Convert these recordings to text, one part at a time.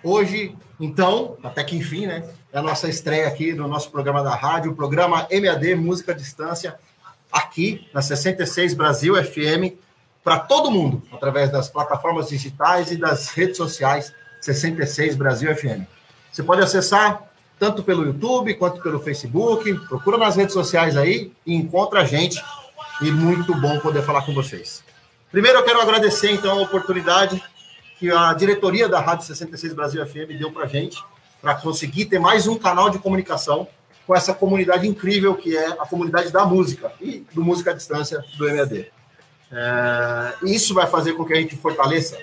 Hoje, então, até que enfim, né? É a nossa estreia aqui no nosso programa da rádio, o programa MAD Música à Distância, aqui na 66 Brasil FM, para todo mundo, através das plataformas digitais e das redes sociais 66 Brasil FM. Você pode acessar tanto pelo YouTube quanto pelo Facebook, procura nas redes sociais aí e encontra a gente. E muito bom poder falar com vocês. Primeiro eu quero agradecer, então, a oportunidade que a diretoria da Rádio 66 Brasil FM deu para a gente, para conseguir ter mais um canal de comunicação com essa comunidade incrível que é a comunidade da música e do Música à Distância do MAD. Isso vai fazer com que a gente fortaleça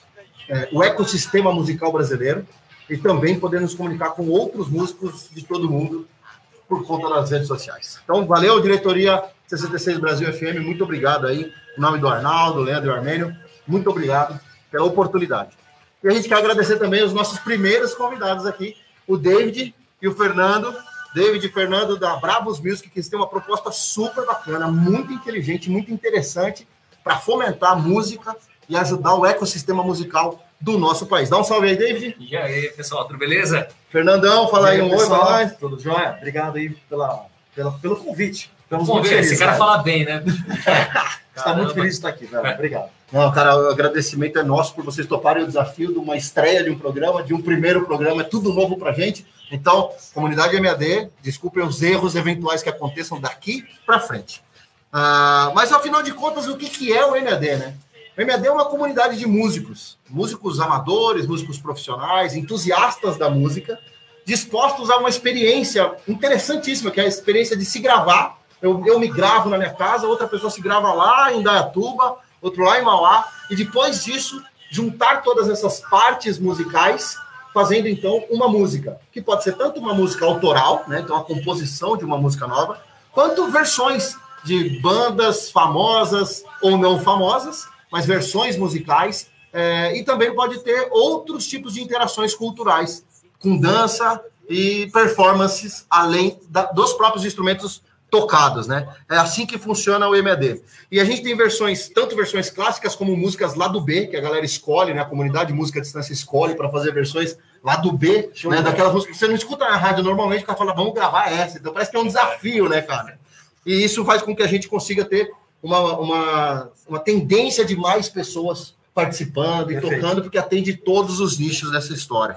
o ecossistema musical brasileiro e também poder nos comunicar com outros músicos de todo mundo por conta das redes sociais. Então, valeu, diretoria 66 Brasil FM, muito obrigado aí, em nome do Arnaldo, Leandro e Armênio, muito obrigado pela oportunidade. E a gente quer agradecer também os nossos primeiros convidados aqui, o David e o Fernando. David e Fernando da Bravos Music, que tem uma proposta super bacana, muito inteligente, muito interessante para fomentar a música e ajudar o ecossistema musical do nosso país. Dá um salve aí, David. E aí, pessoal, tudo beleza? Fernandão, fala aí um oi pra nós. Tudo jóia? Obrigado aí pelo convite. Estamos muito felizes. Esse cara fala bem, né? Está muito feliz de estar aqui, velho. Obrigado. Não, cara, o agradecimento é nosso por vocês toparem o desafio de uma estreia de um programa, de um primeiro programa, é tudo novo pra gente. Então, comunidade MAD, desculpem os erros eventuais que aconteçam daqui para frente. Mas, afinal de contas, o que é o MAD, né? O MAD é uma comunidade de músicos amadores, músicos profissionais, entusiastas da música, dispostos a uma experiência interessantíssima, que é a experiência de se gravar. Eu me gravo na minha casa, outra pessoa se grava lá em Indaiatuba, outro lá em Mauá, e depois disso, juntar todas essas partes musicais, fazendo, então, uma música, que pode ser tanto uma música autoral, né, então a composição de uma música nova, quanto versões de bandas famosas ou não famosas, mas versões musicais, e também pode ter outros tipos de interações culturais, com dança e performances, além dos próprios instrumentos tocados, né? É assim que funciona o MAD. E a gente tem tanto versões clássicas como músicas lá do B, que a galera escolhe, né? A comunidade de música à distância escolhe para fazer versões lá do B, né? Daquelas músicas que você não escuta na rádio normalmente, o cara fala, vamos gravar essa. Então parece que é um desafio, né, cara? E isso faz com que a gente consiga ter uma tendência de mais pessoas participando e tocando, porque atende todos os nichos dessa história.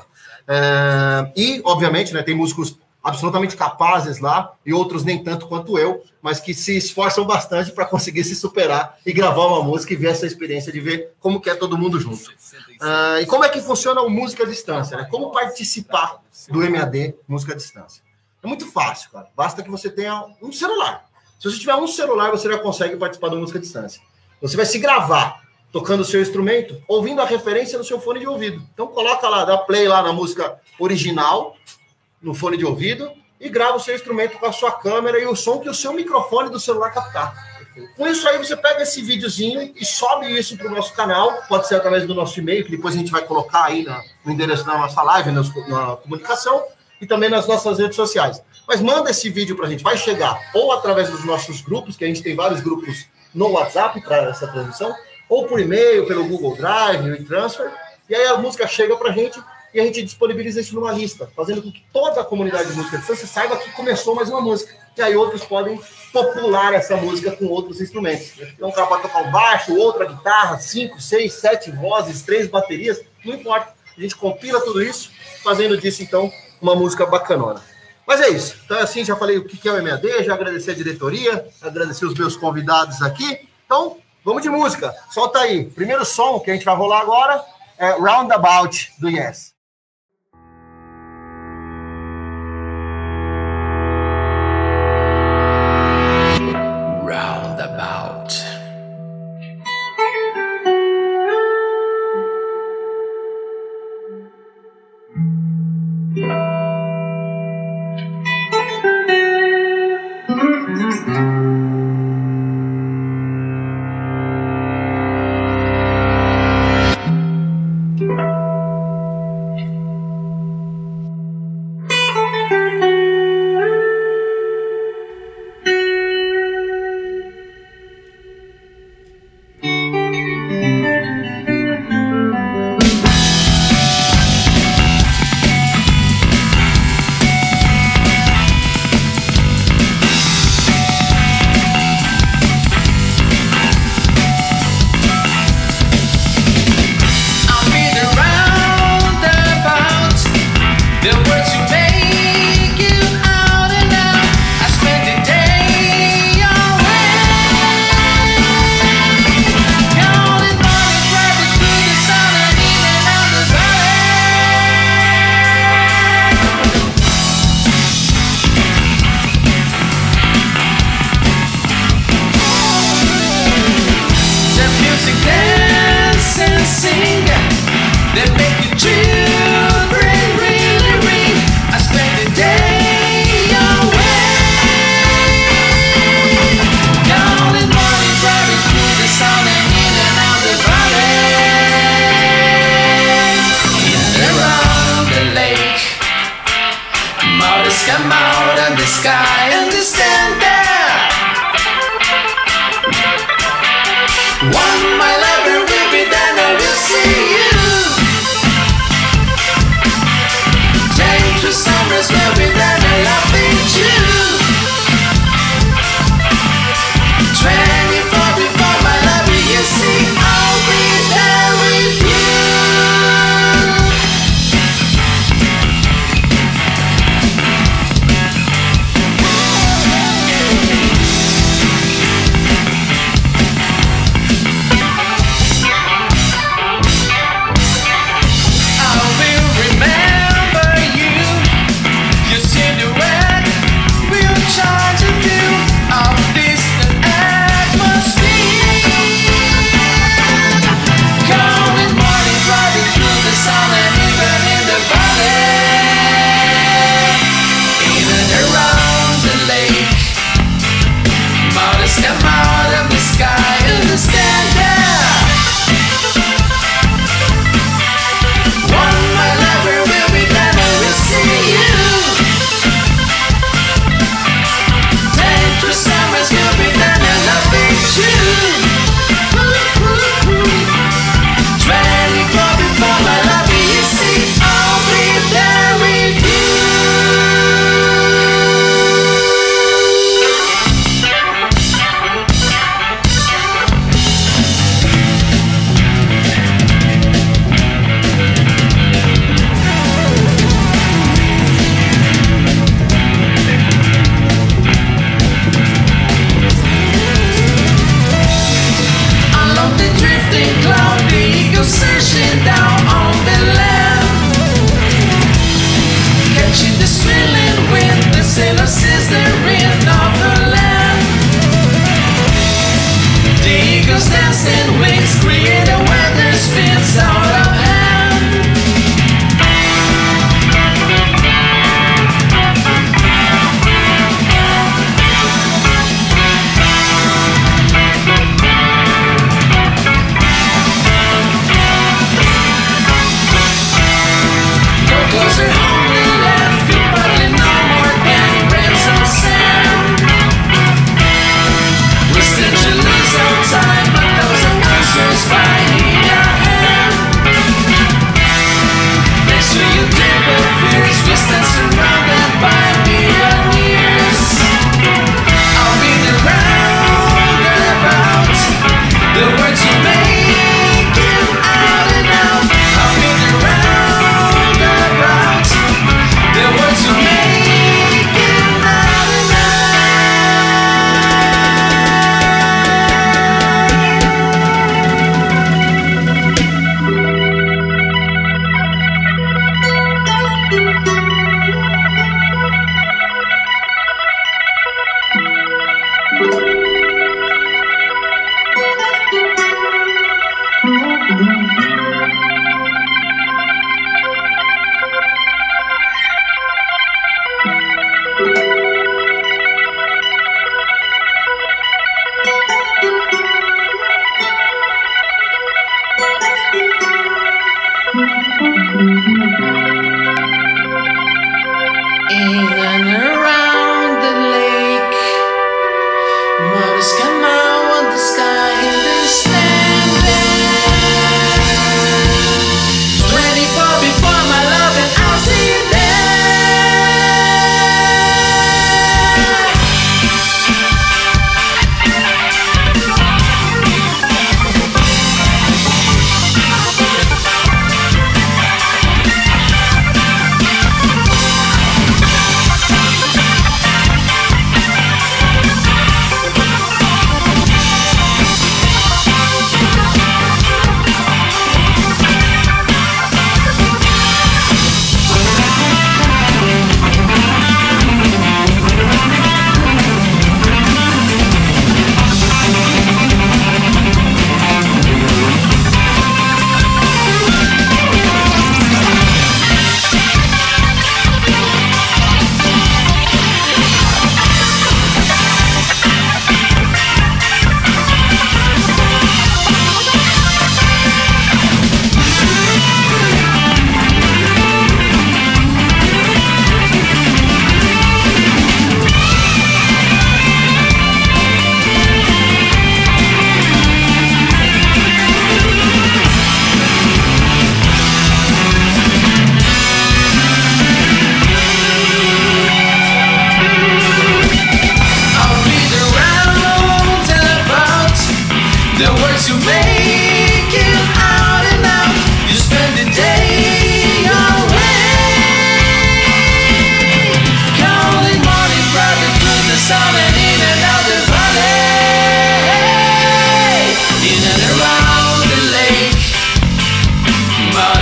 E, obviamente, né, tem músicos absolutamente capazes lá, e outros nem tanto quanto eu, mas que se esforçam bastante para conseguir se superar e gravar uma música e ver essa experiência de ver como que é todo mundo junto. E como é que funciona o Música à Distância, né? Como participar do MAD Música à Distância? É muito fácil, cara. Basta que você tenha um celular. Se você tiver um celular, você já consegue participar do Música à Distância. Você vai se gravar tocando o seu instrumento, ouvindo a referência no seu fone de ouvido. Então coloca lá, dá play lá na música original, no fone de ouvido, e grava o seu instrumento com a sua câmera e o som que o seu microfone do celular captar. Com isso aí, você pega esse videozinho e sobe isso para o nosso canal, pode ser através do nosso e-mail, que depois a gente vai colocar aí no endereço da nossa live, na comunicação, e também nas nossas redes sociais. Mas manda esse vídeo para a gente, vai chegar ou através dos nossos grupos, que a gente tem vários grupos no WhatsApp para essa transmissão, ou por e-mail, pelo Google Drive, o Transfer, e aí a música chega para a gente e a gente disponibiliza isso numa lista, fazendo com que toda a comunidade de música à distância saiba que começou mais uma música. E aí outros podem popular essa música com outros instrumentos. Então o cara pode tocar um baixo, outra guitarra, 5, 6, 7 vozes, 3 baterias, não importa. A gente compila tudo isso, fazendo disso, então, uma música bacanona. Mas é isso. Então, assim, já falei o que é o MAD, já agradeci a diretoria, agradecer os meus convidados aqui. Então, vamos de música. Solta aí. Primeiro som que a gente vai rolar agora é Roundabout, do Yes.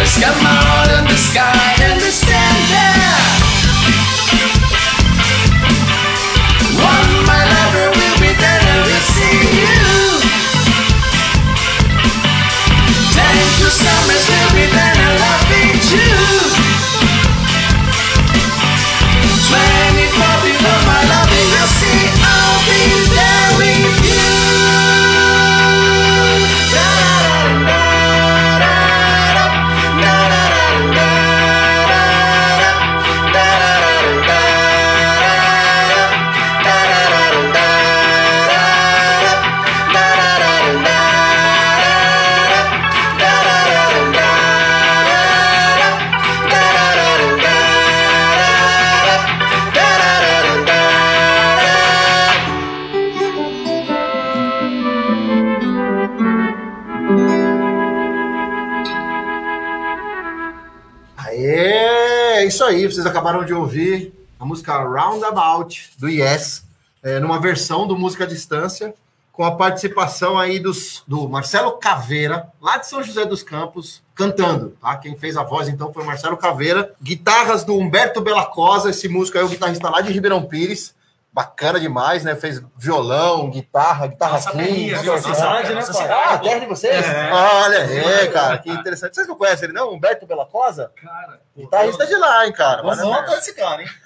stars come out in the sky and they stand there. One, my lover will be there and we'll see you. 10 summers will be there and loving you. 24 before my loving you'll see I'll be there with you. É isso aí, vocês acabaram de ouvir a música Roundabout, do Yes, numa versão do Música à Distância, com a participação aí do Marcelo Caveira, lá de São José dos Campos, cantando, tá? Quem fez a voz, então, foi o Marcelo Caveira. Guitarras do Humberto Bellacosa, esse músico aí, o guitarrista lá de Ribeirão Pires. Bacana demais, né? Fez violão, guitarra clean. Nossa cidade, né, pai? Ah, terra de vocês? É. Olha aí, cara, que interessante. Vocês não conhecem ele, não? Humberto Bellacosa? Cara, Guitarrista de lá, hein, cara? Vamos anotar esse cara, hein?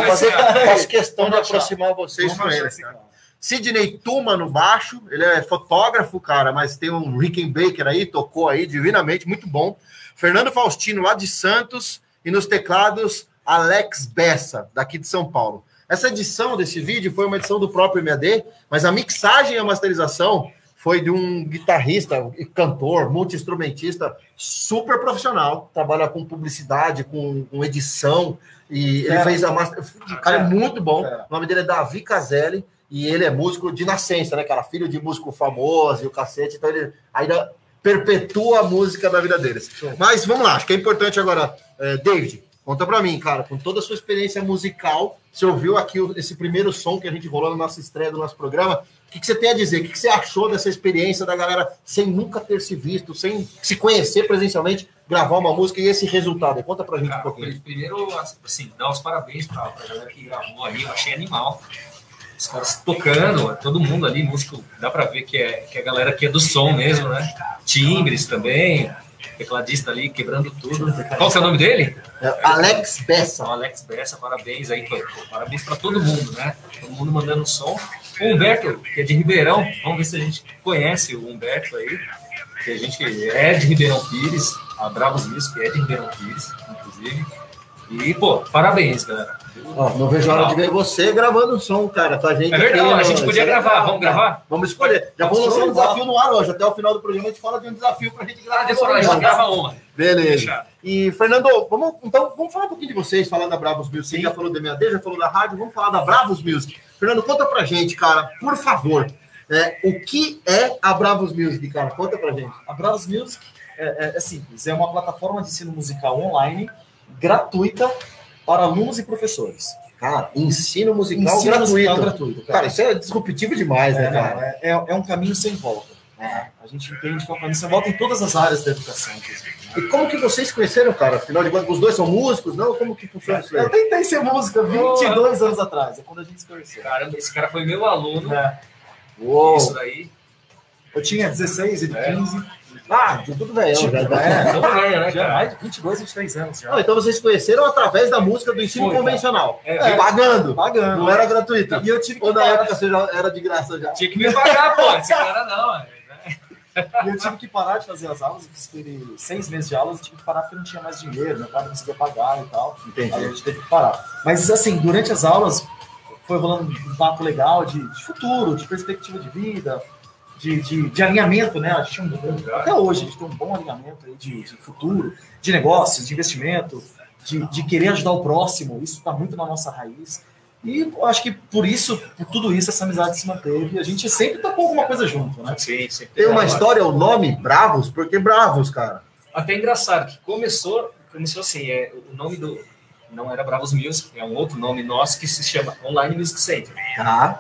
Faço questão de Vamos achar. aproximar vocês Vamos com achar ele. esse cara. Sidney Tuma no baixo, ele é fotógrafo, cara, mas tem um Rickenbacker aí, tocou aí divinamente, muito bom. Fernando Faustino, lá de Santos, e nos teclados, Alex Bessa, daqui de São Paulo. Essa edição desse vídeo foi uma edição do próprio MAD, mas a mixagem e a masterização foi de um guitarrista, cantor, multi-instrumentista super profissional, trabalha com publicidade, com edição, e ele fez a master... O cara é muito bom, o nome dele é Davi Caselli, e ele é músico de nascença, né, cara? Filho de músico famoso e o cacete, então ele ainda perpetua a música da vida deles. Mas vamos lá, acho que é importante agora, David, conta pra mim, cara, com toda a sua experiência musical, você ouviu aqui esse primeiro som que a gente rolou na nossa estreia do nosso programa, o que você tem a dizer? O que você achou dessa experiência da galera sem nunca ter se visto, sem se conhecer presencialmente, gravar uma música e esse resultado? Conta pra gente um pouquinho. Primeiro, assim, dar os parabéns pra galera que gravou aí, eu achei animal. Os caras tocando, todo mundo ali, músico, dá pra ver que é a galera que é do som mesmo, né? Timbres também, tecladista ali, quebrando tudo. Qual que é o nome dele? Alex Bessa. Alex Bessa, parabéns aí, parabéns pra todo mundo, né? Todo mundo mandando som. O Humberto, que é de Ribeirão, vamos ver se a gente conhece o Humberto aí, que a gente é de Ribeirão Pires, a Bravos Music é de Ribeirão Pires, inclusive. E, pô, parabéns, galera. Ó, não vejo a hora de ver você gravando um som, cara, com a gente. É verdade, aqui, a gente podia gravar, vamos gravar? Vamos escolher. Já vamos lançar um desafio no ar hoje. Até o final do programa a gente fala de um desafio pra gente gravar. Depois a gente grava uma. Beleza. E, Fernando, vamos falar um pouquinho de vocês, falando da Bravos Music. Você já falou do MAD, já falou da rádio, vamos falar da Bravos Music. Fernando, conta pra gente, cara, por favor, o que é a Bravos Music, cara? Conta pra gente. A Bravos Music é simples, é uma plataforma de ensino musical online, gratuita, para alunos e professores. Cara, ensino musical gratuito. Cara, isso é disruptivo demais, né, cara? É um caminho sem volta. A gente entende que é um caminho sem volta em todas as áreas da educação, inclusive. E como que vocês conheceram, cara? Afinal de contas, os dois são músicos, não? Como que funciona isso aí? Eu tentei ser música 22 anos atrás, é quando a gente se conheceu. Caramba, esse cara foi meu aluno. Uou. Isso daí. Eu tinha 16, ele 15. Ah, tudo bem. Já mais de 22, 23 anos já. Então vocês se conheceram através da música do ensino convencional. Pagando. Não era gratuito. E eu tive que Ou na época você já era de graça já? Tinha que me pagar, pô. Esse cara não. E eu tive que parar de fazer as aulas, eu esperei 6 meses de aulas, eu tive que parar porque não tinha mais dinheiro, meu pai não conseguia pagar e tal. Entendi. Aí a gente teve que parar. Mas assim, durante as aulas foi rolando um papo legal de futuro, de perspectiva de vida, de alinhamento, né? A gente até hoje a gente tem um bom alinhamento aí de futuro, de negócios, de investimento, de querer ajudar o próximo. Isso está muito na nossa raiz. E eu acho que por tudo isso, essa amizade se manteve. A gente sempre tocou alguma coisa junto, né? Sim, sim. Tem uma história, o nome Bravos, porque Bravos, cara. Até engraçado que começou assim, o nome não era Bravos Music, é um outro nome nosso que se chama Online Music Center. Tá.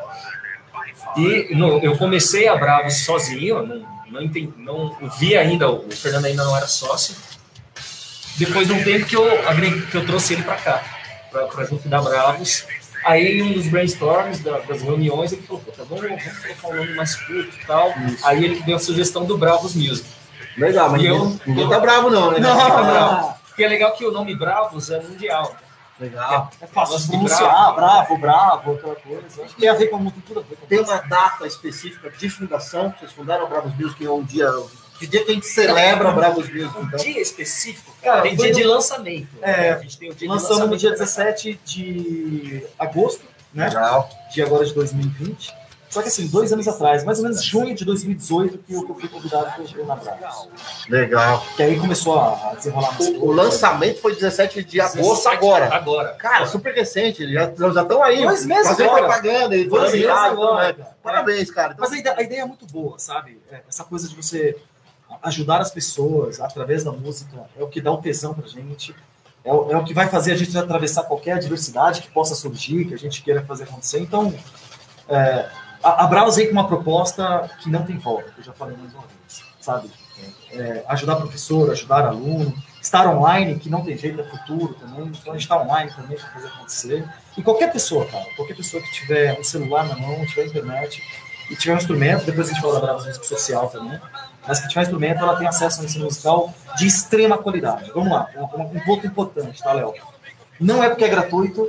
E eu comecei a Bravos sozinho, não vi ainda, o Fernando ainda não era sócio. depois de um tempo que eu trouxe ele para cá, para junto da Bravos. Aí, em um dos brainstorms das reuniões, ele falou, tá, vamos colocar um nome mais curto e tal. Isso. Aí ele deu a sugestão do Bravos Music. Legal, mas ninguém tá bravo não, né? Não, tá bravo. Porque é legal que o nome Bravos é mundial. Legal. É fácil de pronunciar, bravo, aquela coisa. Acho que tem a ver com a cultura. Tem uma data específica de fundação? Vocês fundaram a Bravos Music, que é um dia... Que dia que a gente celebra a Bravos Music? Um então? dia específico? Cara, tem dia de lançamento. A gente tem o dia lançamos no dia 17 de agosto, né? Legal. Dia agora de 2020. Só que assim, 2 anos atrás, mais ou menos junho de 2018, que eu fui convidado para ir na Bravos. Legal. Que aí começou a desenrolar. O lançamento foi 17 de agosto agora. Cara, super recente. Já estão aí. 2 meses fazendo agora. propaganda. E 2 meses agora. Né? Parabéns, cara. Mas a ideia é muito boa, sabe? Essa coisa de você ajudar as pessoas através da música é o que dá o tesão pra gente. É o que vai fazer a gente atravessar qualquer adversidade que possa surgir, que a gente queira fazer acontecer. Então, a Bravos vem com uma proposta que não tem volta, que eu já falei mais uma vez, sabe? Ajudar professor, ajudar aluno, estar online, que não tem jeito, é futuro também, então a gente está online também para fazer acontecer. E qualquer pessoa, cara, qualquer pessoa que tiver um celular na mão, tiver internet e tiver um instrumento, depois a gente fala da Bravos Música Social também, mas que tiver um instrumento, ela tem acesso a um ensino musical de extrema qualidade. Vamos lá, um ponto importante, tá, Léo? Não é porque é gratuito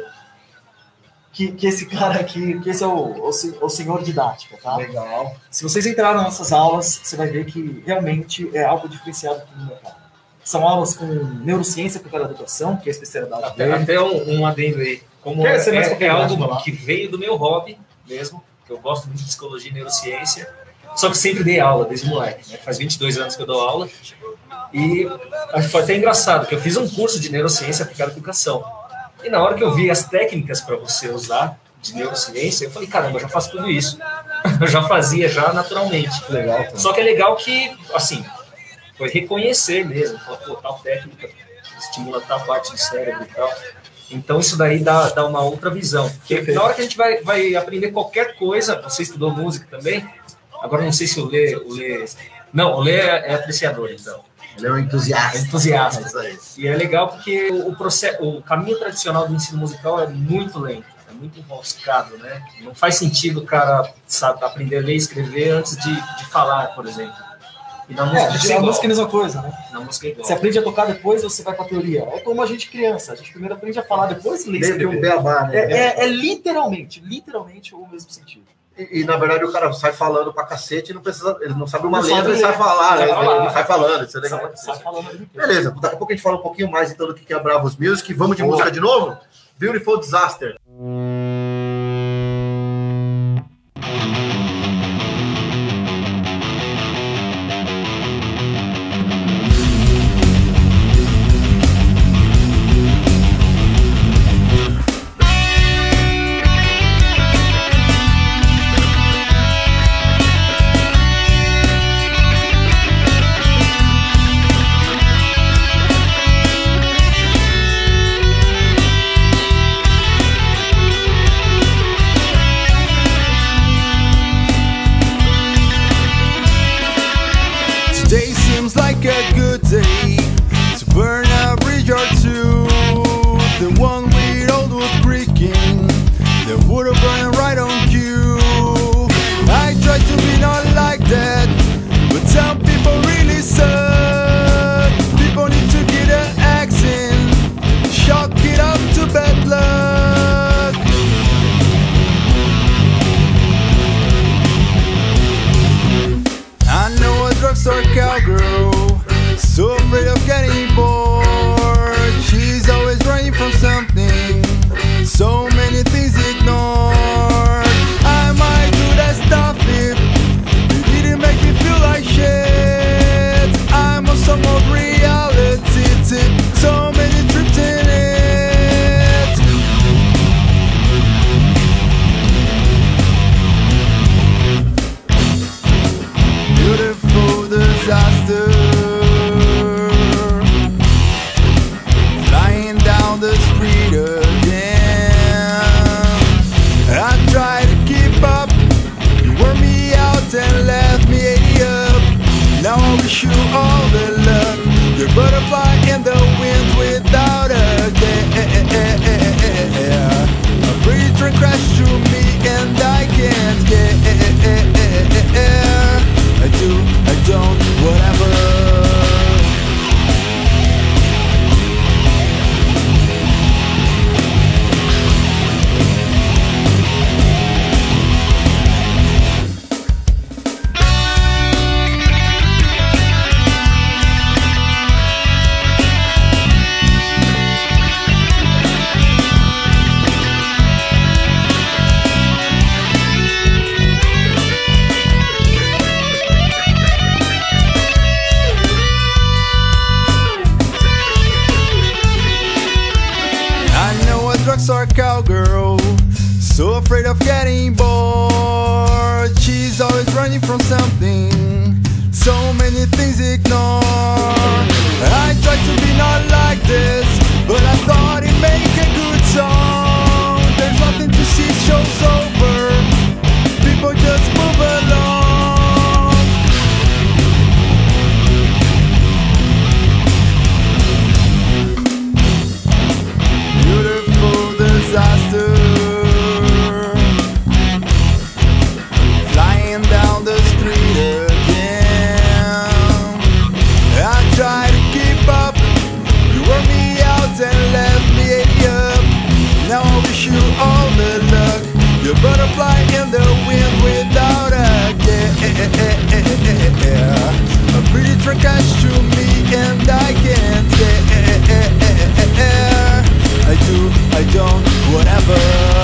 que esse cara aqui, que esse é o senhor didática, tá? Legal. Se vocês entrarem nas nossas aulas, você vai ver que realmente é algo diferenciado aqui no mercado. São aulas com neurociência aplicada à educação, que é a especialidade dele. Até um adendo aí. Como é algo que veio do meu hobby mesmo, que eu gosto muito de psicologia e neurociência, só que sempre dei aula desde moleque, né? Faz 22 anos que eu dou aula. E foi até engraçado, que eu fiz um curso de neurociência aplicada à educação. E na hora que eu vi as técnicas para você usar de neurociência, eu falei, caramba, eu já faço tudo isso. Eu já fazia, já naturalmente. Legal, cara. Só que é legal que, assim, foi reconhecer mesmo. Falar, pô, tal técnica estimula tal parte do cérebro e tal. Então isso daí dá uma outra visão. Porque na hora que a gente vai aprender qualquer coisa, você estudou música também, agora não sei se o Lê... Não, o Lê é apreciador, então. Ele é um entusiasta. Entusiasta. E é legal porque o caminho tradicional do ensino musical é muito lento, é muito enroscado, né? Não faz sentido o cara aprender a ler e escrever antes de falar, por exemplo. E na música a música é a mesma coisa, né? Na música é igual. Você aprende a tocar depois ou você vai pra teoria? É como a gente criança. A gente primeiro aprende a falar, depois lê e escrever. Um beabá, né? É literalmente o mesmo sentido. E, na verdade, o cara sai falando pra cacete e não precisa, ele não sabe uma letra, ele sai falar, né? Ele sai falando, isso é legal. Sai falando. Beleza, daqui a pouco a gente fala um pouquinho mais então do que é Bravos Music. Vamos de música de novo? Beautiful Disaster. in the wind without a care. A pretty train crashed through me and I can't care. I do, I don't, whatever. Drugstore cowgirl, so afraid of getting bored. She's always running from something, so many things ignore. I tried to be not like this, but I thought it'd make a good song. There's nothing to see, show's over, people just move along. Disaster, flying down the street again. I try to keep up, you wore me out and left me up. Now I wish you all the luck. You're a butterfly in the wind without a care. A pretty train crashed through me and I can't care. I do, I don't, whatever.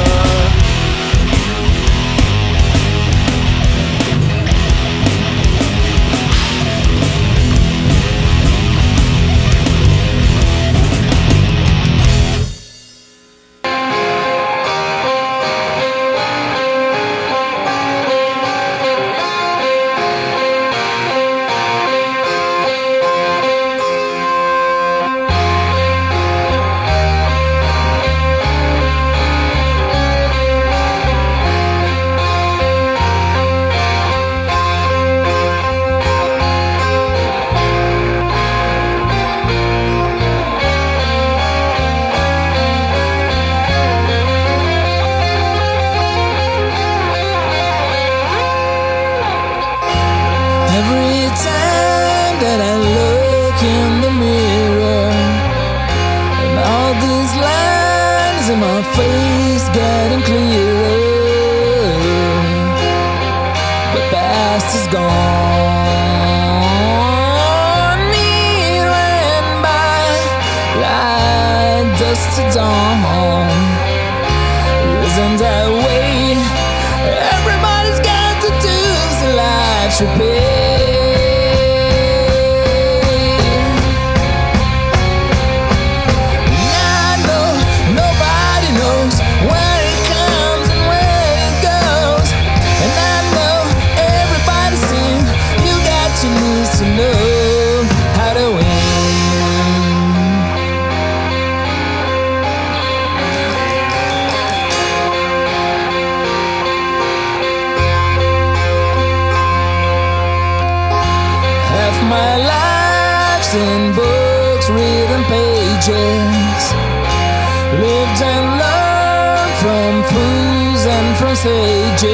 Lived and learned from fools and from sages.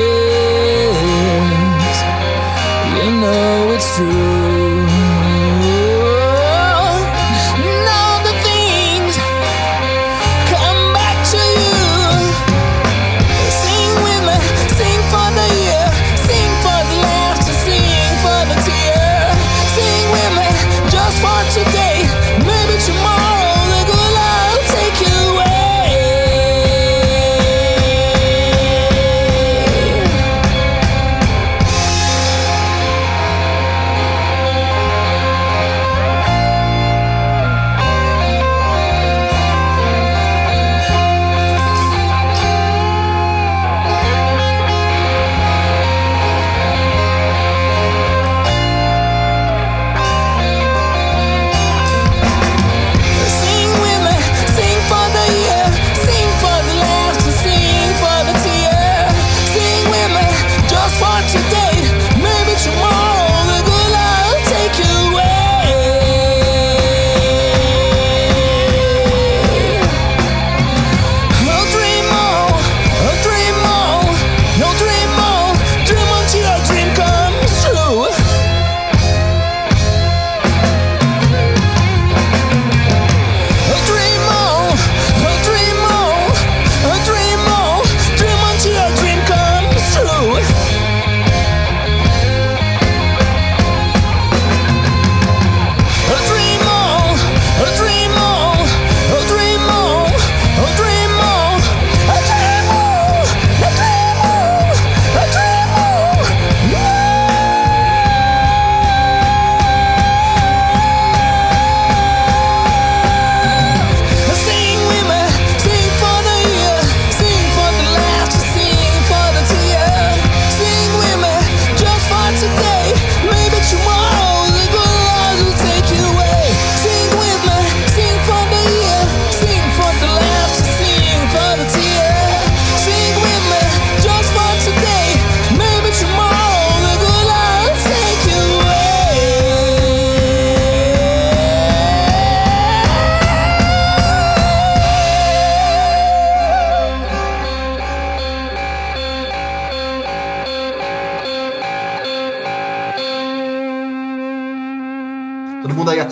You know it's true. And all the things come back to you. Sing with me, sing for the year, sing for the laughter, sing for the tear. Sing with me just for today, maybe tomorrow the good Lord will take you away.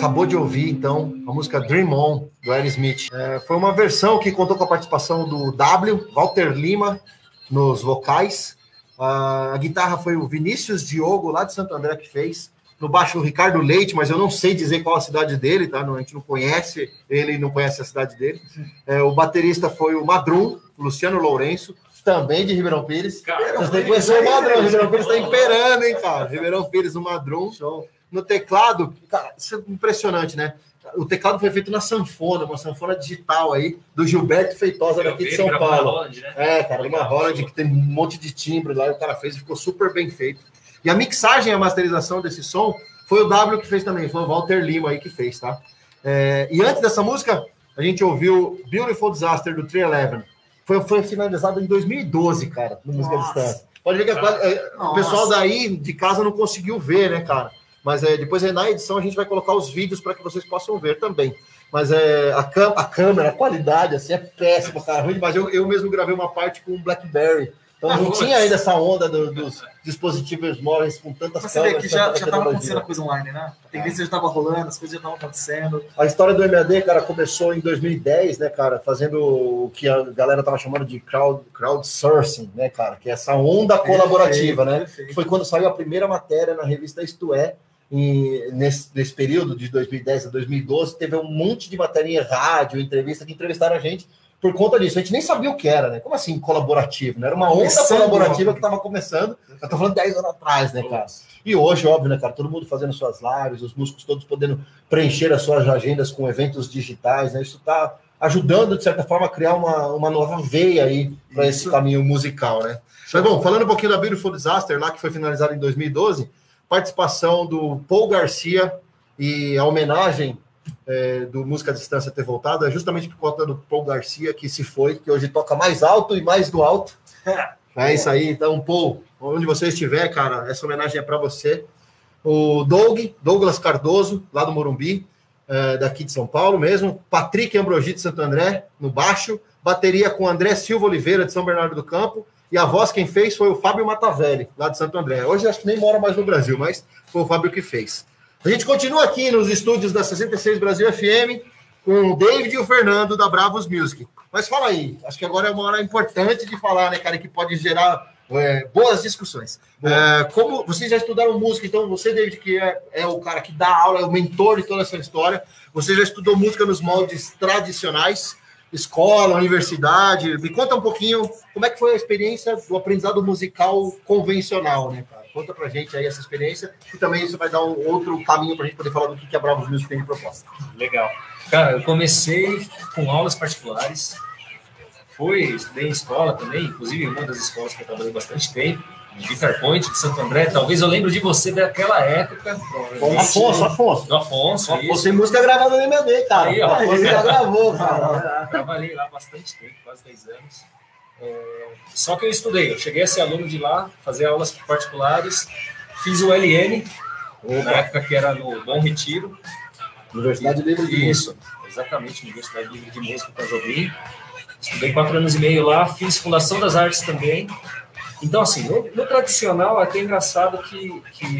acabou de ouvir, então, a música Dream On, do Aerosmith. Foi uma versão que contou com a participação do W, Walter Lima, nos vocais. A guitarra foi o Vinícius Diogo, lá de Santo André, que fez. No baixo, o Ricardo Leite, mas eu não sei dizer qual a cidade dele, tá? A gente não conhece, ele não conhece a cidade dele. O baterista foi o Madrum, Luciano Lourenço, também de Ribeirão Pires. Vocês têm que conhecer o Madrum, Ribeirão Pires está imperando, hein, cara? Ribeirão Pires, o Madrum. Show. No teclado, cara, isso é impressionante, né? O teclado foi feito na sanfona, uma sanfona digital aí, do Gilberto Feitosa, daqui de São Paulo. Holland, né? Cara, uma Holland que tem um monte de timbre lá, e o cara fez e ficou super bem feito. E a mixagem e a masterização desse som foi o W que fez também, foi o Walter Lima aí que fez, tá? E antes dessa música, a gente ouviu Beautiful Disaster, do 311. Foi finalizado em 2012, cara, no Música à Distância. Pode ver que o pessoal daí de casa não conseguiu ver, né, cara? Mas depois na edição a gente vai colocar os vídeos para que vocês possam ver também. Mas a câmera, a qualidade, assim, é péssima, cara. Ruim, mas eu mesmo gravei uma parte com o BlackBerry. Então não tinha ainda essa onda dos dispositivos móveis com tantas câmeras. Você vê que já estava acontecendo a coisa online, né? A tendência já estava rolando, as coisas já estavam acontecendo. A história do MAD, cara, começou em 2010, né, cara? Fazendo o que a galera tava chamando de crowdsourcing, né, cara? Que é essa onda colaborativa, né? Foi quando saiu a primeira matéria na revista Isto É. E nesse período de 2010 a 2012, teve um monte de matéria em rádio, entrevista, que entrevistaram a gente por conta disso. A gente nem sabia o que era, né? Como assim colaborativo, né? Era uma onda colaborativa que estava começando. Eu tô falando 10 anos atrás, né, cara? E hoje, óbvio, né, cara? Todo mundo fazendo suas lives, os músicos todos podendo preencher as suas agendas com eventos digitais, né? Isso tá ajudando, de certa forma, a criar uma nova veia aí para esse caminho musical, né? Mas, bom, falando um pouquinho da Beautiful Disaster, lá que foi finalizada em 2012, participação do Paul Garcia e a homenagem do Música à Distância ter voltado é justamente por conta do Paul Garcia, que se foi, que hoje toca mais alto e mais do alto. É isso aí. Então, Paul, onde você estiver, cara, essa homenagem é para você. O Douglas Cardoso, lá do Morumbi, daqui de São Paulo mesmo. Patrick Ambrogi, de Santo André, no baixo. Bateria com André Silva Oliveira, de São Bernardo do Campo. E a voz quem fez foi o Fábio Matavelli, lá de Santo André. Hoje acho que nem mora mais no Brasil, mas foi o Fábio que fez. A gente continua aqui nos estúdios da 66 Brasil FM com o David e o Fernando da Bravos Music. Mas fala aí, acho que agora é uma hora importante de falar, né, cara, que pode gerar boas discussões. Como vocês já estudaram música, então você, David, que é o cara que dá aula, é o mentor de toda essa história, você já estudou música nos moldes tradicionais, escola, universidade. Me conta um pouquinho como é que foi a experiência do aprendizado musical convencional, né, cara? Conta pra gente aí essa experiência e também isso vai dar um outro caminho pra gente poder falar do que a Bravos Music tem de proposta. Legal. Cara, eu comecei com aulas particulares, estudei em escola também, inclusive uma das escolas que eu trabalhei bastante tempo, de Guitar Point, de Santo André. Talvez eu lembre de você daquela época. Afonso. Do Afonso. Você música gravada no MAD, cara. Aí, ó. Você já gravou, cara. Trabalhei lá bastante tempo, quase 10 anos. Só que eu estudei, eu cheguei a ser aluno de lá, fazer aulas particulares, fiz o LN, na época que era no Bom Retiro. Universidade Livre de Música. Exatamente, Universidade Livre de Música para Jobim. Estudei 4 anos e meio lá, fiz Fundação das Artes também. Então, assim, no tradicional, é até engraçado que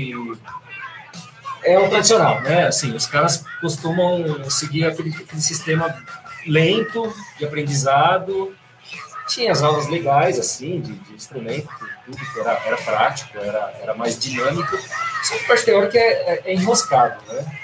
é o tradicional, né? Assim, os caras costumam seguir aquele sistema lento de aprendizado. Tinha as aulas legais, assim, de instrumento, tudo que era prático, era mais dinâmico. Só que a parte teórica é enroscado, né?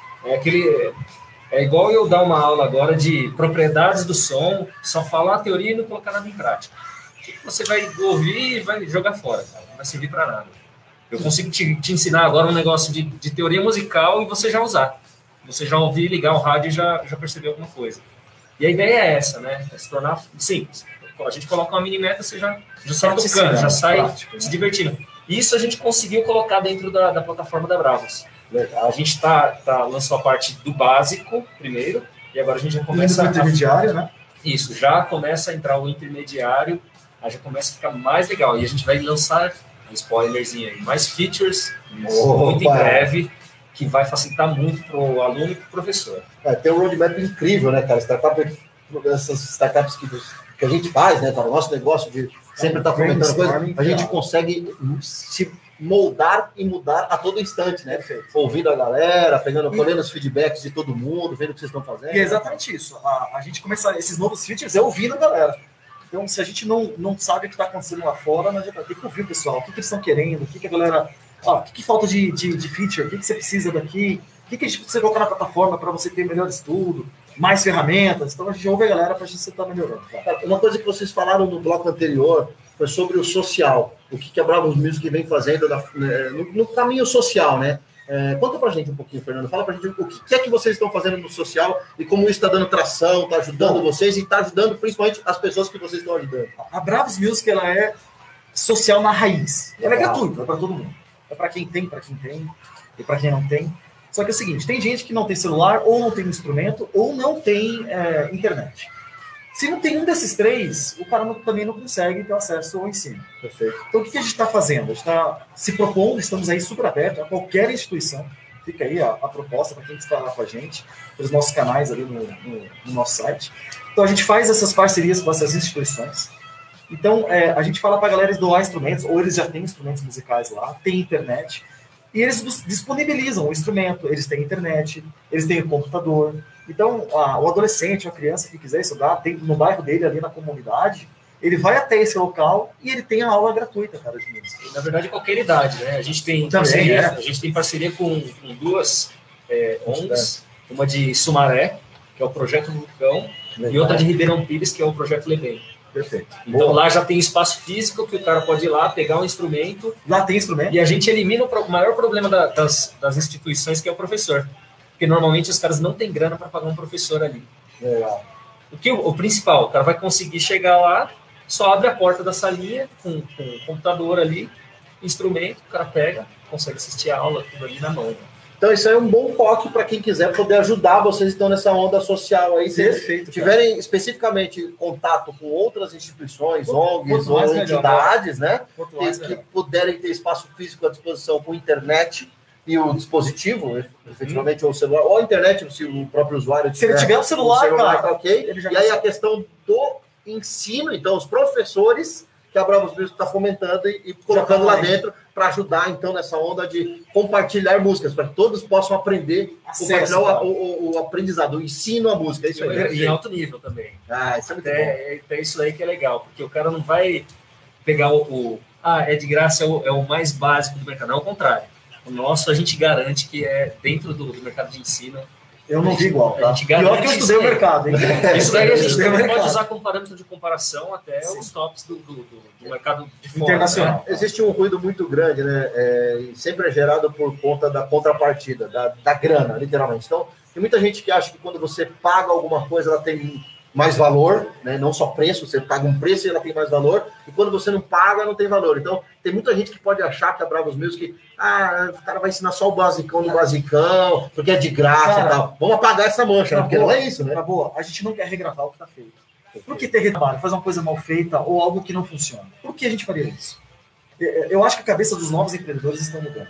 É igual eu dar uma aula agora de propriedades do som, só falar a teoria e não colocar nada em prática. Você vai ouvir e vai jogar fora, cara. Não vai servir para nada. Eu consigo te ensinar agora um negócio de teoria musical e você já usar. Você já ouvir, ligar o rádio e já perceber alguma coisa. E a ideia é essa, né? É se tornar simples. A gente coloca uma mini meta, você já sai tocando, já sai prático, se divertindo. Isso a gente conseguiu colocar dentro da plataforma da Bravos. A gente lançou a parte do básico primeiro, e agora a gente já começa o intermediário, né? Isso, já começa a entrar o intermediário, aí já começa a ficar mais legal. E a gente vai lançar um spoilerzinho aí, mais features, muito em breve, que vai facilitar muito para o aluno e para o professor. Tem um roadmap incrível, né, cara? Essas startups que a gente faz, né, cara? O nosso negócio de sempre estar fomentando coisa, a gente consegue se moldar e mudar a todo instante, né? Perfeito. Ouvindo a galera, colhendo os feedbacks de todo mundo, vendo o que vocês estão fazendo. E é exatamente isso. A gente começa esses novos features ouvindo a galera. Então, se a gente não sabe o que está acontecendo lá fora, a gente tem que ouvir o pessoal, o que eles estão querendo, o que a galera... o que falta de feature, o que você precisa daqui, o que a gente precisa colocar na plataforma para você ter melhor estudo, mais ferramentas. Então, a gente ouve a galera para a gente estar melhorando. Tá? Uma coisa que vocês falaram no bloco anterior foi sobre o social, o que a Bravos Music vem fazendo no caminho social, né? Conta pra gente um pouquinho, Fernando. Fala pra gente o que é que vocês estão fazendo no social e como isso está dando tração, está ajudando vocês e está ajudando principalmente as pessoas que vocês estão ajudando. A Bravos Music, ela é social na raiz. Ela é gratuita, é para todo mundo. É para quem tem e para quem não tem. Só que é o seguinte, tem gente que não tem celular, ou não tem instrumento, ou não tem internet. Se não tem um desses três, o cara também não consegue ter acesso ao ensino. Perfeito. Então, o que a gente está fazendo? A gente está se propondo, estamos aí super abertos a qualquer instituição. Fica aí a proposta para quem quiser falar com a gente, pelos nossos canais ali no nosso site. Então, a gente faz essas parcerias com essas instituições. Então, a gente fala para a galera doar instrumentos, ou eles já têm instrumentos musicais lá, tem internet, e eles disponibilizam o instrumento, eles têm internet, eles têm o computador. Então, o adolescente, a criança que quiser estudar, tem no bairro dele, ali na comunidade, ele vai até esse local e ele tem a aula gratuita, cara, de música. Na verdade, qualquer idade, né? A gente tem parceria com duas ONGs, uma de Sumaré, que é o Projeto Vulcão, e outra de Ribeirão Pires, que é o Projeto Lebem. Perfeito. Então lá já tem espaço físico que o cara pode ir lá, pegar um instrumento. Lá tem instrumento. E a gente elimina o maior problema das instituições, que é o professor. Porque normalmente os caras não têm grana para pagar um professor ali. Legal. O principal, o cara vai conseguir chegar lá, só abre a porta da salinha com um computador ali, instrumento, o cara pega, consegue assistir a aula, tudo ali na mão. Então isso aí é um bom toque para quem quiser poder ajudar vocês que estão nessa onda social aí. Se tiverem especificamente contato com outras instituições, ONGs ou entidades, né? Que puderem ter espaço físico à disposição com internet e o dispositivo, efetivamente, ou o celular, ou a internet, se o próprio usuário se ele tiver o celular, cara, tá ok. E aí a questão do ensino, então, os professores que a Bravos Music está fomentando e colocando lá dentro para ajudar, então, nessa onda de compartilhar músicas, para que todos possam aprender, compartilhar o aprendizado, o ensino à música. Isso aí. E em alto nível também. Isso é muito bom. É isso aí que é legal, porque o cara não vai pegar é de graça, é o mais básico do mercado. Não, ao contrário. O nosso, a gente garante que é dentro do mercado de ensino. Eu não vi igual, tá? Pior que eu estudei o mercado, hein? Isso daí a gente pode usar como parâmetro de comparação até os tops do mercado de fora, internacional. Né? Existe um ruído muito grande, né? E sempre é gerado por conta da contrapartida, da grana, literalmente. Então, tem muita gente que acha que quando você paga alguma coisa, ela tem mais valor, né? Não só preço, você paga um preço e ela tem mais valor, e quando você não paga, não tem valor. Então, tem muita gente que pode achar que a Bravos Music, o cara vai ensinar só o basicão no basicão, porque é de graça e tal. Vamos apagar essa mancha, né? Porque não é isso, né? Tá boa, a gente não quer regravar o que tá feito. Por que ter retrabalho? Fazer uma coisa mal feita ou algo que não funciona? Por que a gente faria isso? Eu acho que a cabeça dos novos empreendedores está mudando.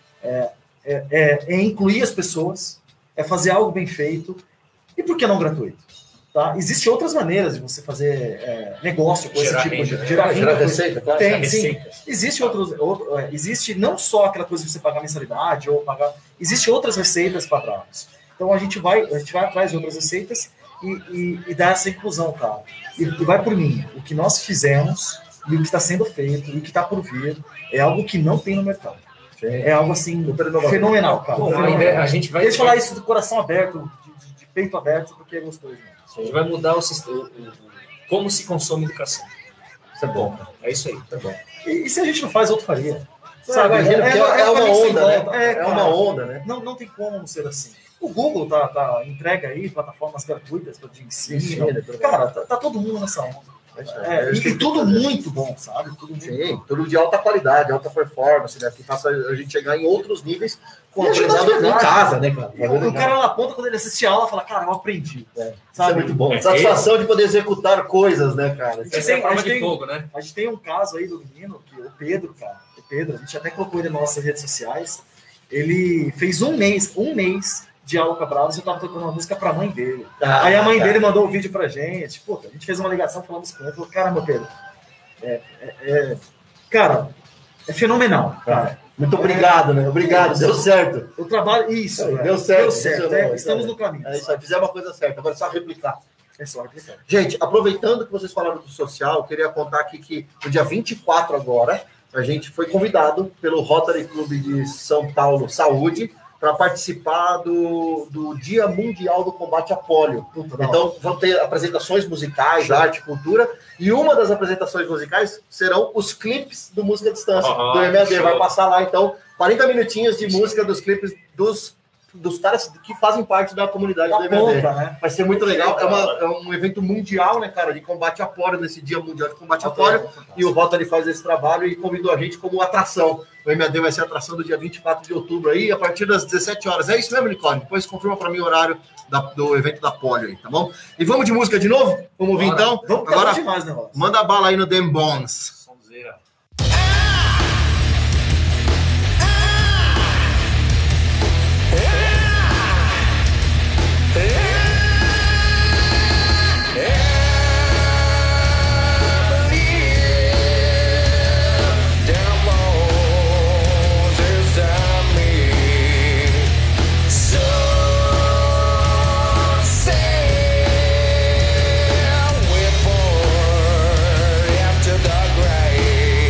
É incluir as pessoas, é fazer algo bem feito, e por que não gratuito? Tá? Existem outras maneiras de você fazer negócio com esse tipo de gerar receita, claro. Tem, sim. Existe não só aquela coisa de você pagar mensalidade ou pagar. Existem outras receitas para Bravos. Então a gente vai atrás de outras receitas e dar essa inclusão, cara. E vai por mim. O que nós fizemos e o que está sendo feito e o que está por vir é algo que não tem no mercado. É algo assim fenomenal, cara. Bom, fenomenal. A gente vai. Deixa eu falar isso de coração aberto, de peito aberto, porque é gostoso. A gente vai mudar o sistema, como se consome educação. Isso é bom. É isso aí, tá bom. E se a gente não faz, outro faria. Sabe? É uma onda, né? É uma onda, né? Não tem como não ser assim. O Google entrega aí plataformas gratuitas de ensino. Cara, tá todo mundo nessa onda. E tudo muito bom, sabe? Tudo de alta qualidade, alta performance, né? Que faça a gente chegar em outros níveis com aprendizado em casa, né, cara? O cara lá aponta quando ele assiste a aula e fala, cara, eu aprendi. Sabe? Isso é muito bom. Satisfação de poder executar coisas, né, cara? Essa é a prova de fogo, né? A gente tem um caso aí do menino, o Pedro, cara. A gente até colocou ele nas nossas redes sociais. Ele fez um mês de aula com a Bravos, eu tava tocando uma música pra mãe dele. Aí a mãe dele mandou o vídeo pra gente. Puta, a gente fez uma ligação falando isso com ele. Falou, caramba, Pedro, cara, é fenomenal, cara. Muito obrigado, né? Obrigado, deu certo. O trabalho, isso, Deu certo. Deu certo, funcionou, estamos no caminho. É isso aí, fizemos a coisa certa, agora é só replicar. É só aplicar. Gente, aproveitando que vocês falaram do social, eu queria contar aqui que no dia 24 agora, a gente foi convidado pelo Rotary Club de São Paulo Saúde para participar do Dia Mundial do Combate à Pólio. Então, vão ter apresentações musicais, arte, cultura, e uma das apresentações musicais serão os clipes do Música à Distância, do MAD. Vai passar lá, então, 40 minutinhos de música dos clipes dos caras que fazem parte da comunidade do MAD. Né? Vai ser muito legal. É um evento mundial, né, cara, de combate à pólio, nesse Dia Mundial de Combate à Pólio, e o Rotary faz esse trabalho e convidou a gente como atração. O MAD vai ser a atração do dia 24 de outubro aí, a partir das 17 horas. É isso mesmo, Nicole? Depois confirma para mim o horário do evento da Pólio aí, tá bom? E vamos de música de novo? Vamos ouvir então? Vamos agora demais, né, manda bala aí no Them Bones. Sonzeira. After the grave.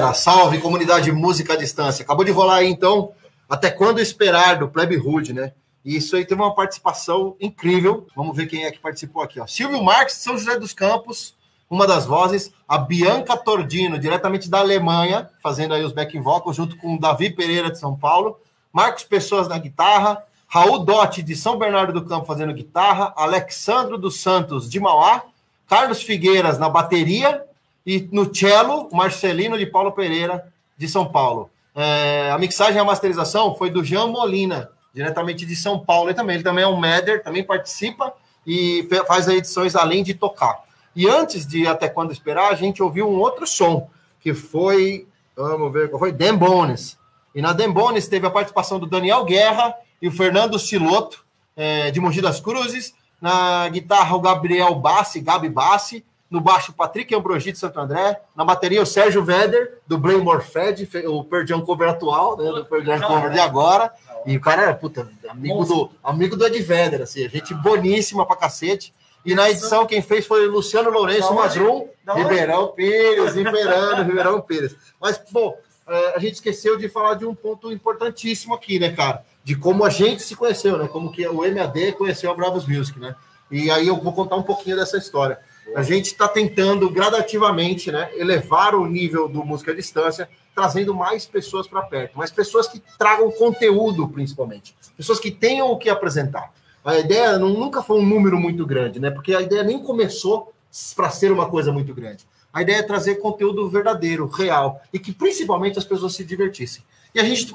Beleza, salve comunidade Música à Distância. Acabou de rolar aí então, Até Quando Esperar, do Plebe Rude, né? E isso aí teve uma participação incrível. Vamos ver quem é que participou aqui, ó. Silvio Marques, São José dos Campos, uma das vozes. A Bianca Tordino, diretamente da Alemanha, fazendo aí os backing vocals, junto com o Davi Pereira, de São Paulo. Marcos Pessoas na guitarra. Raul Dotti, de São Bernardo do Campo, fazendo guitarra. Alexandro dos Santos, de Mauá. Carlos Figueiras, na bateria. E no cello, Marcelino de Paulo Pereira, de São Paulo. A mixagem e a masterização foi do Jean Molina, diretamente de São Paulo. Ele também é um Madder, também participa e faz as edições além de tocar. E antes de Até Quando Esperar, a gente ouviu um outro som, que foi, vamos ver, foi Dan Bones. E na Dan Bones teve a participação do Daniel Guerra e o Fernando Siloto, de Mogi das Cruzes. Na guitarra, o Gabriel Bassi, Gabi Bassi. No baixo, o Patrick Ambrogi, de Santo André. Na bateria, o Sérgio Vedder, do Blaymore Fed, o Pearl Jam cover atual, né, do Pearl Jam cover de agora. E o cara é, amigo do Ed Vedder, assim, gente boníssima pra cacete. E na edição, quem fez foi o Luciano Lourenço Mazrum, Ribeirão Pires, Ribeirão Pires. Mas, bom, a gente esqueceu de falar de um ponto importantíssimo aqui, né, cara? De como a gente se conheceu, né? Como que o MAD conheceu a Bravos Music, né? E aí eu vou contar um pouquinho dessa história. A gente está tentando gradativamente, né, elevar o nível do Música à Distância, trazendo mais pessoas para perto, mais pessoas que tragam conteúdo, principalmente. Pessoas que tenham o que apresentar. A ideia nunca foi um número muito grande, né? Porque a ideia nem começou para ser uma coisa muito grande. A ideia é trazer conteúdo verdadeiro, real, e que principalmente as pessoas se divertissem. E a gente,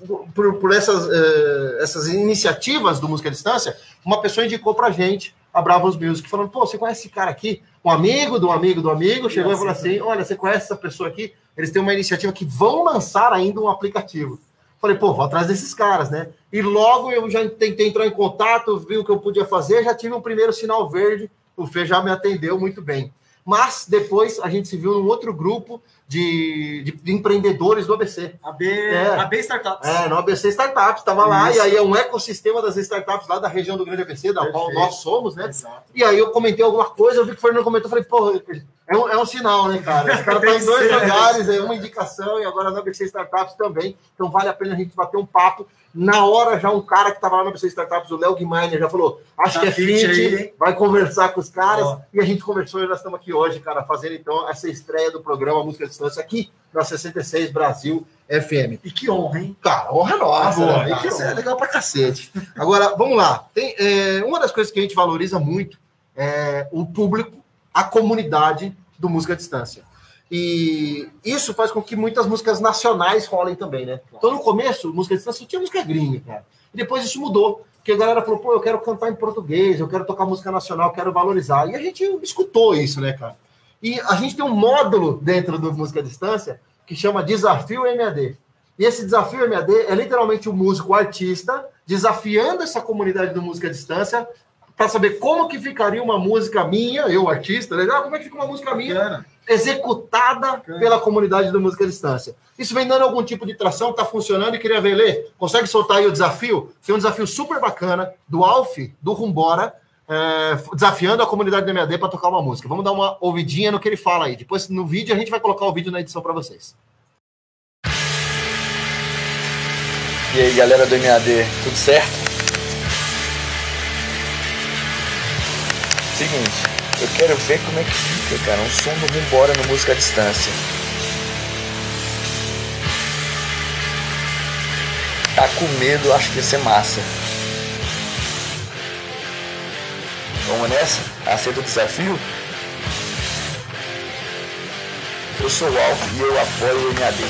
por essas iniciativas do Música à Distância, uma pessoa indicou para a gente a Bravos Music, falando, pô, você conhece esse cara aqui? Um amigo do amigo do amigo chegou e falou assim, olha, você conhece essa pessoa aqui? Eles têm uma iniciativa que vão lançar ainda um aplicativo. Falei, pô, vou atrás desses caras, né? E logo eu já tentei entrar em contato, vi o que eu podia fazer, já tive um primeiro sinal verde, o Fê já me atendeu muito bem. Mas depois a gente se viu num outro grupo de empreendedores do ABC. AB Startups. No ABC Startups, estava lá, e aí é um ecossistema das startups lá da região do Grande ABC, da qual nós somos, né? Exato. E aí eu comentei alguma coisa, eu vi que o Fernando comentou, falei, pô, é um sinal, né, cara? Esse cara tá em dois lugares, é uma indicação, e agora na ABC Startups também, então vale a pena a gente bater um papo. Na hora, já um cara que estava lá na ABC Startups, o Léo Guimarães, já falou, acho que é fit, vai conversar com os caras, e a gente conversou e nós estamos aqui hoje, cara, fazendo então essa estreia do programa Música à Distância aqui na 66 Brasil FM. E que honra, hein? Cara, honra nossa, né? Isso é legal pra cacete. Agora, vamos lá. Tem, uma das coisas que a gente valoriza muito é o público, a comunidade do Música à Distância. E isso faz com que muitas músicas nacionais rolem também, né? Então, no começo, música à distância só tinha música gringa, cara. E depois isso mudou. Porque a galera falou, pô, eu quero cantar em português, eu quero tocar música nacional, eu quero valorizar. E a gente escutou isso, né, cara? E a gente tem um módulo dentro do Música à Distância que chama Desafio MAD. E esse Desafio MAD é literalmente o músico, o artista, desafiando essa comunidade do Música à Distância para saber como que ficaria uma música minha, eu, artista, legal? Como é que fica uma música minha executada pela comunidade do Música à Distância? Isso vem dando algum tipo de tração, tá funcionando, e queria ver, Lê, consegue soltar aí o desafio? Tem um desafio super bacana do Alf, do Rumbora, desafiando a comunidade do MAD para tocar uma música. Vamos dar uma ouvidinha no que ele fala aí. Depois, no vídeo, a gente vai colocar o vídeo na edição para vocês. E aí, galera do MAD, tudo certo? Seguinte, eu quero ver como é que fica, cara, um som do Rumbora no Música à Distância. Tá com medo, acho que ia ser massa. Vamos nessa? Aceita o desafio? Eu sou o Alf e eu apoio o MAD.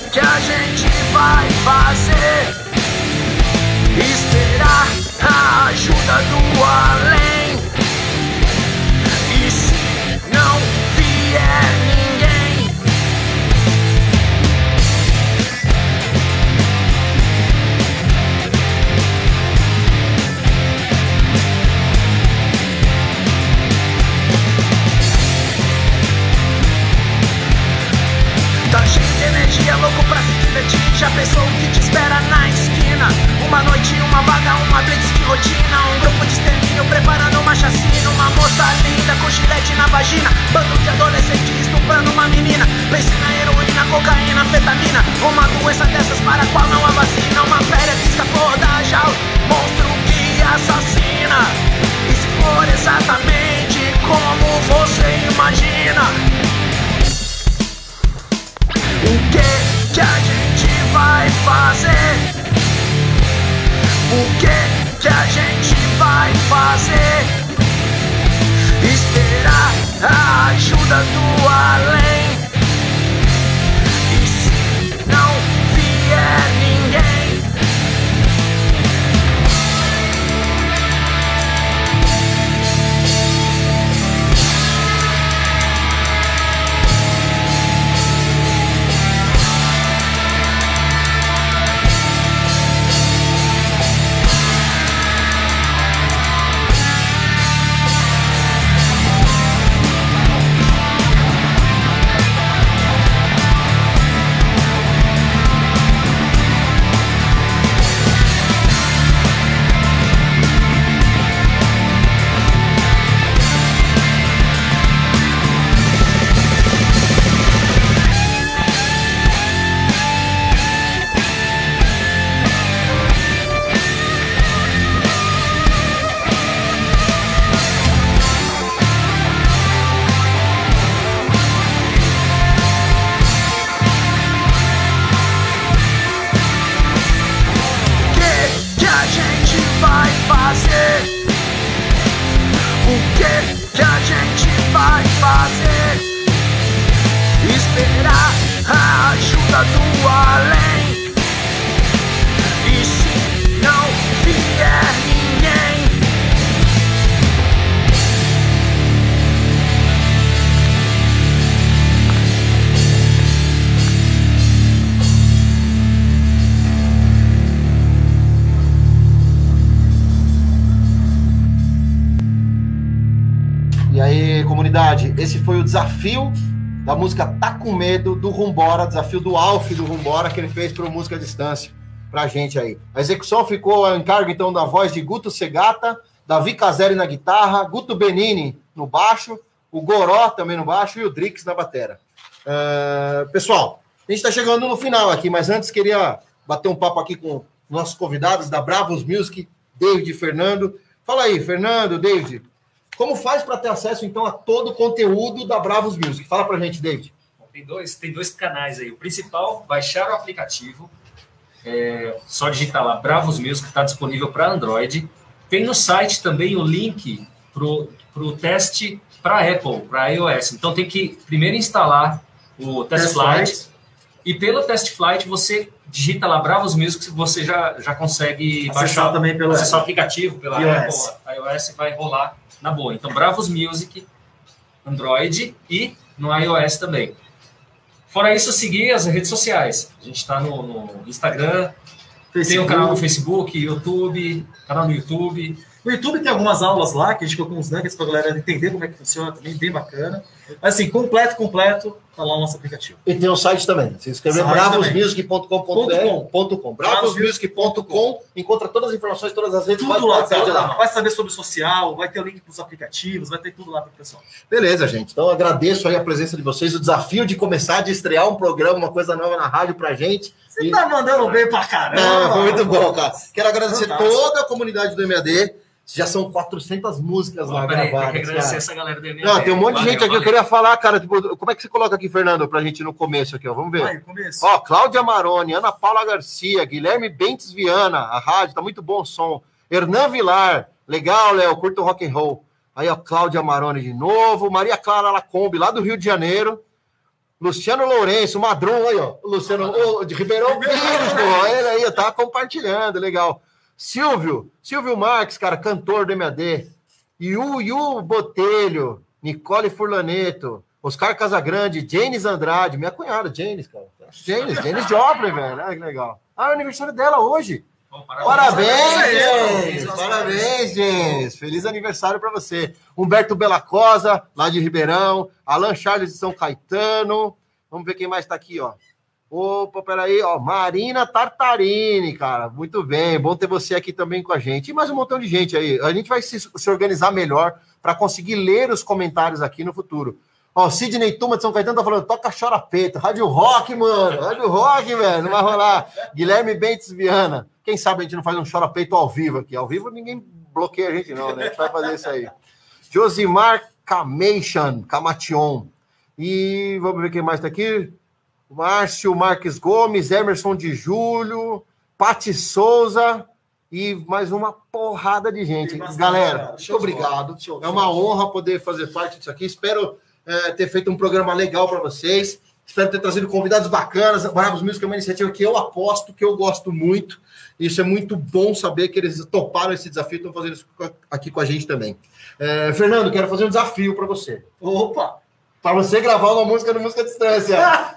que a gente vai fazer? Esperar a ajuda do além. E se não vier ninguém? Tá cheio de energia, louco pra se divertir. Já pensou o que te espera na esquina? Uma noite, uma vaga, uma blitz de rotina. Um grupo de extermínio preparando uma chacina. Uma moça linda com chilete na vagina. Bando de adolescentes estuprando uma menina. Pense na heroína, cocaína, anfetamina. Uma doença dessas para a qual não há vacina. Uma velha que escapou da jaula, monstro que assassina. E se for exatamente como você imagina? O que a gente vai fazer? O que a gente vai fazer? Esperar a ajuda do além. E se não vier ninguém? Do além. E se não vier ninguém? E aí, comunidade, esse foi o desafio da música Tá Com Medo, do Rumbora, desafio do Alf do Rumbora, que ele fez para o Música à Distância, pra gente aí. A execução ficou a encargo, então, da voz de Guto Segata, Davi Caseri na guitarra, Guto Benini no baixo, o Goró também no baixo e o Drix na batera. Pessoal, a gente está chegando no final aqui, mas antes queria bater um papo aqui com nossos convidados da Bravos Music, David e Fernando. Fala aí, Fernando, David. Como faz para ter acesso, então, a todo o conteúdo da Bravos Music? Fala pra gente, David. Bom, tem dois canais aí. O principal, baixar o aplicativo. Só digitar lá, Bravos Music, que está disponível para Android. Tem no site também o link pro teste para Apple, para iOS. Então, tem que primeiro instalar o Test Flight. E pelo Test Flight, você digita lá Bravos Music, que você já consegue baixar também pelo o aplicativo, pela iOS. Apple, iOS vai rolar na boa. Então, Bravos Music, Android e no iOS também. Fora isso, seguir as redes sociais. A gente está no Instagram, tem um canal no Facebook, YouTube, canal no YouTube. No YouTube tem algumas aulas lá, que a gente colocou uns nuggets para a galera entender como é que funciona também, bem bacana. Mas assim, completo, tá lá o nosso aplicativo. E tem o site também. Se inscrever bravosmusic.com.br, bravosmusic.com, encontra todas as informações, todas as redes. Tudo lá, vai saber sobre o social, vai ter o link para os aplicativos, vai ter tudo lá para o pessoal. Beleza, gente. Então agradeço aí a presença de vocês, o desafio de começar, de estrear um programa, uma coisa nova na rádio pra gente. Você tá mandando bem pra caramba. Não, foi muito bom, cara. Quero agradecer toda a comunidade do MAD. Já são 400 músicas lá gravadas. Tem que agradecer essa galera do MAD. Não, tem um monte de gente aqui. Eu queria falar, cara, tipo, como é que você coloca aqui, Fernando, pra gente no começo aqui, ó. Vamos ver. Vai, começo. Ó, Cláudia Maroni, Ana Paula Garcia, Guilherme Bentes Viana, a rádio, tá muito bom o som. Hernan Vilar, legal, Léo, curto rock and roll. Aí, ó, Cláudia Maroni de novo, Maria Clara Lacombe, lá do Rio de Janeiro. Luciano Lourenço, Madrum, aí, ó. Luciano de Ribeirão Pires, pô. Ele aí, tá compartilhando, legal. Silvio Marques, cara, cantor do MAD. Yu Botelho, Nicole Furlaneto, Oscar Casagrande, Janis Andrade, minha cunhada, Janis, cara. Janis Joplin, velho. Olha que legal. É o aniversário dela hoje. Bom, Parabéns, Janis. Feliz aniversário para você. Humberto Bela Cosa, lá de Ribeirão. Alan Charles de São Caetano. Vamos ver quem mais tá aqui, ó. Opa, peraí, ó. Marina Tartarini, cara. Muito bem, bom ter você aqui também com a gente. E mais um montão de gente aí. A gente vai se organizar melhor para conseguir ler os comentários aqui no futuro. Ó, Sidney Tuma de São Caetano tá falando, toca Chora Peito. Rádio Rock, mano. Rádio Rock, velho. Não vai rolar. Guilherme Bentes Viana. Quem sabe a gente não faz um Chora Peito ao vivo aqui. Ao vivo ninguém bloqueia a gente não, né? A gente vai fazer isso aí. Josimar Camation. E vamos ver quem mais tá aqui. Márcio Marques Gomes, Emerson de Júlio, Pati Souza e mais uma porrada de gente. Galera, muito obrigado. É uma honra poder fazer parte disso aqui. Espero ter feito um programa legal para vocês. Espero ter trazido convidados bacanas. Bravos Music é uma iniciativa que eu aposto, que eu gosto muito. Isso é muito bom saber que eles toparam esse desafio e estão fazendo isso aqui com a gente também. Fernando, quero fazer um desafio para você. Opa! Para você gravar uma música no Música à Distância. Né,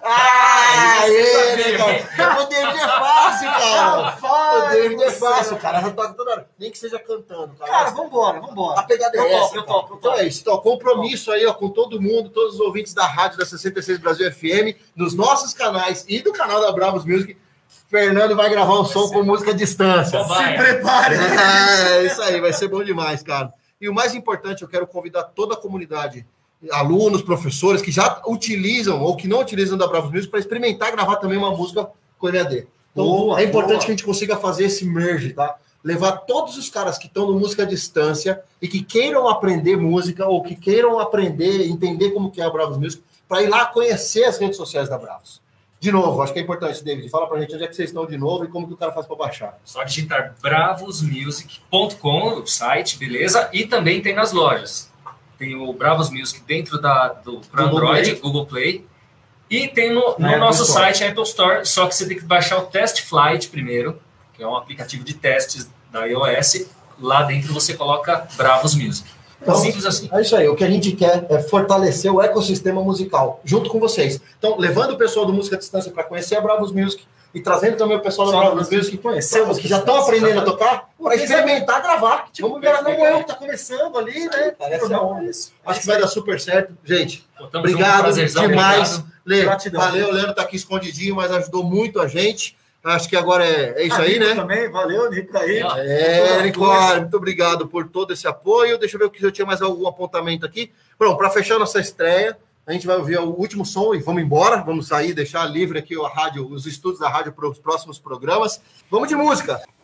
cara? O David é fácil, cara. O David é fácil, cara. Já toca toda hora. Nem que seja cantando, cara. Cara, vambora. A pegada é essa. Eu topo. Então é isso. Então, compromisso aí, ó, com todo mundo, todos os ouvintes da rádio da 66 Brasil FM, nos nossos canais e do canal da Bravos Music. Fernando vai gravar um som com música à distância. Se prepare. É isso aí, vai ser bom demais, cara. E o mais importante, eu quero convidar toda a comunidade, alunos, professores que já utilizam ou que não utilizam da Bravos Music para experimentar gravar também uma música com EAD. Então, é importante que a gente consiga fazer esse merge, tá? Levar todos os caras que estão no música à distância e que queiram aprender música ou que queiram aprender, entender como que é a Bravos Music, para ir lá conhecer as redes sociais da Bravos. De novo, acho que é importante, David, fala pra gente onde é que vocês estão de novo e como que o cara faz para baixar. Só digitar bravosmusic.com, o site, beleza? E também tem nas lojas. Tem o Bravos Music dentro do Android, Google Play. E tem no nosso site, Apple Store, só que você tem que baixar o Test Flight primeiro, que é um aplicativo de testes da iOS. Lá dentro você coloca Bravos Music. Então, simples assim. É isso aí. O que a gente quer é fortalecer o ecossistema musical, junto com vocês. Então, levando o pessoal do Música à Distância para conhecer a Bravos Music e trazendo também o pessoal da Bravos Music que já estão aprendendo a tocar, para experimentar gravar. Vamos ver como eu que está começando ali, né? Acho que vai dar super certo. Gente, obrigado demais. Lê, valeu, o Leandro tá aqui escondidinho, mas ajudou muito a gente. Acho que agora é isso aí, né? Também, valeu, Nico aí. Nicole, muito obrigado por todo esse apoio. Deixa eu ver se eu tinha mais algum apontamento aqui. Bom, para fechar nossa estreia, a gente vai ouvir o último som e vamos embora. Vamos sair, deixar livre aqui a rádio, os estúdios da rádio para os próximos programas. Vamos de música.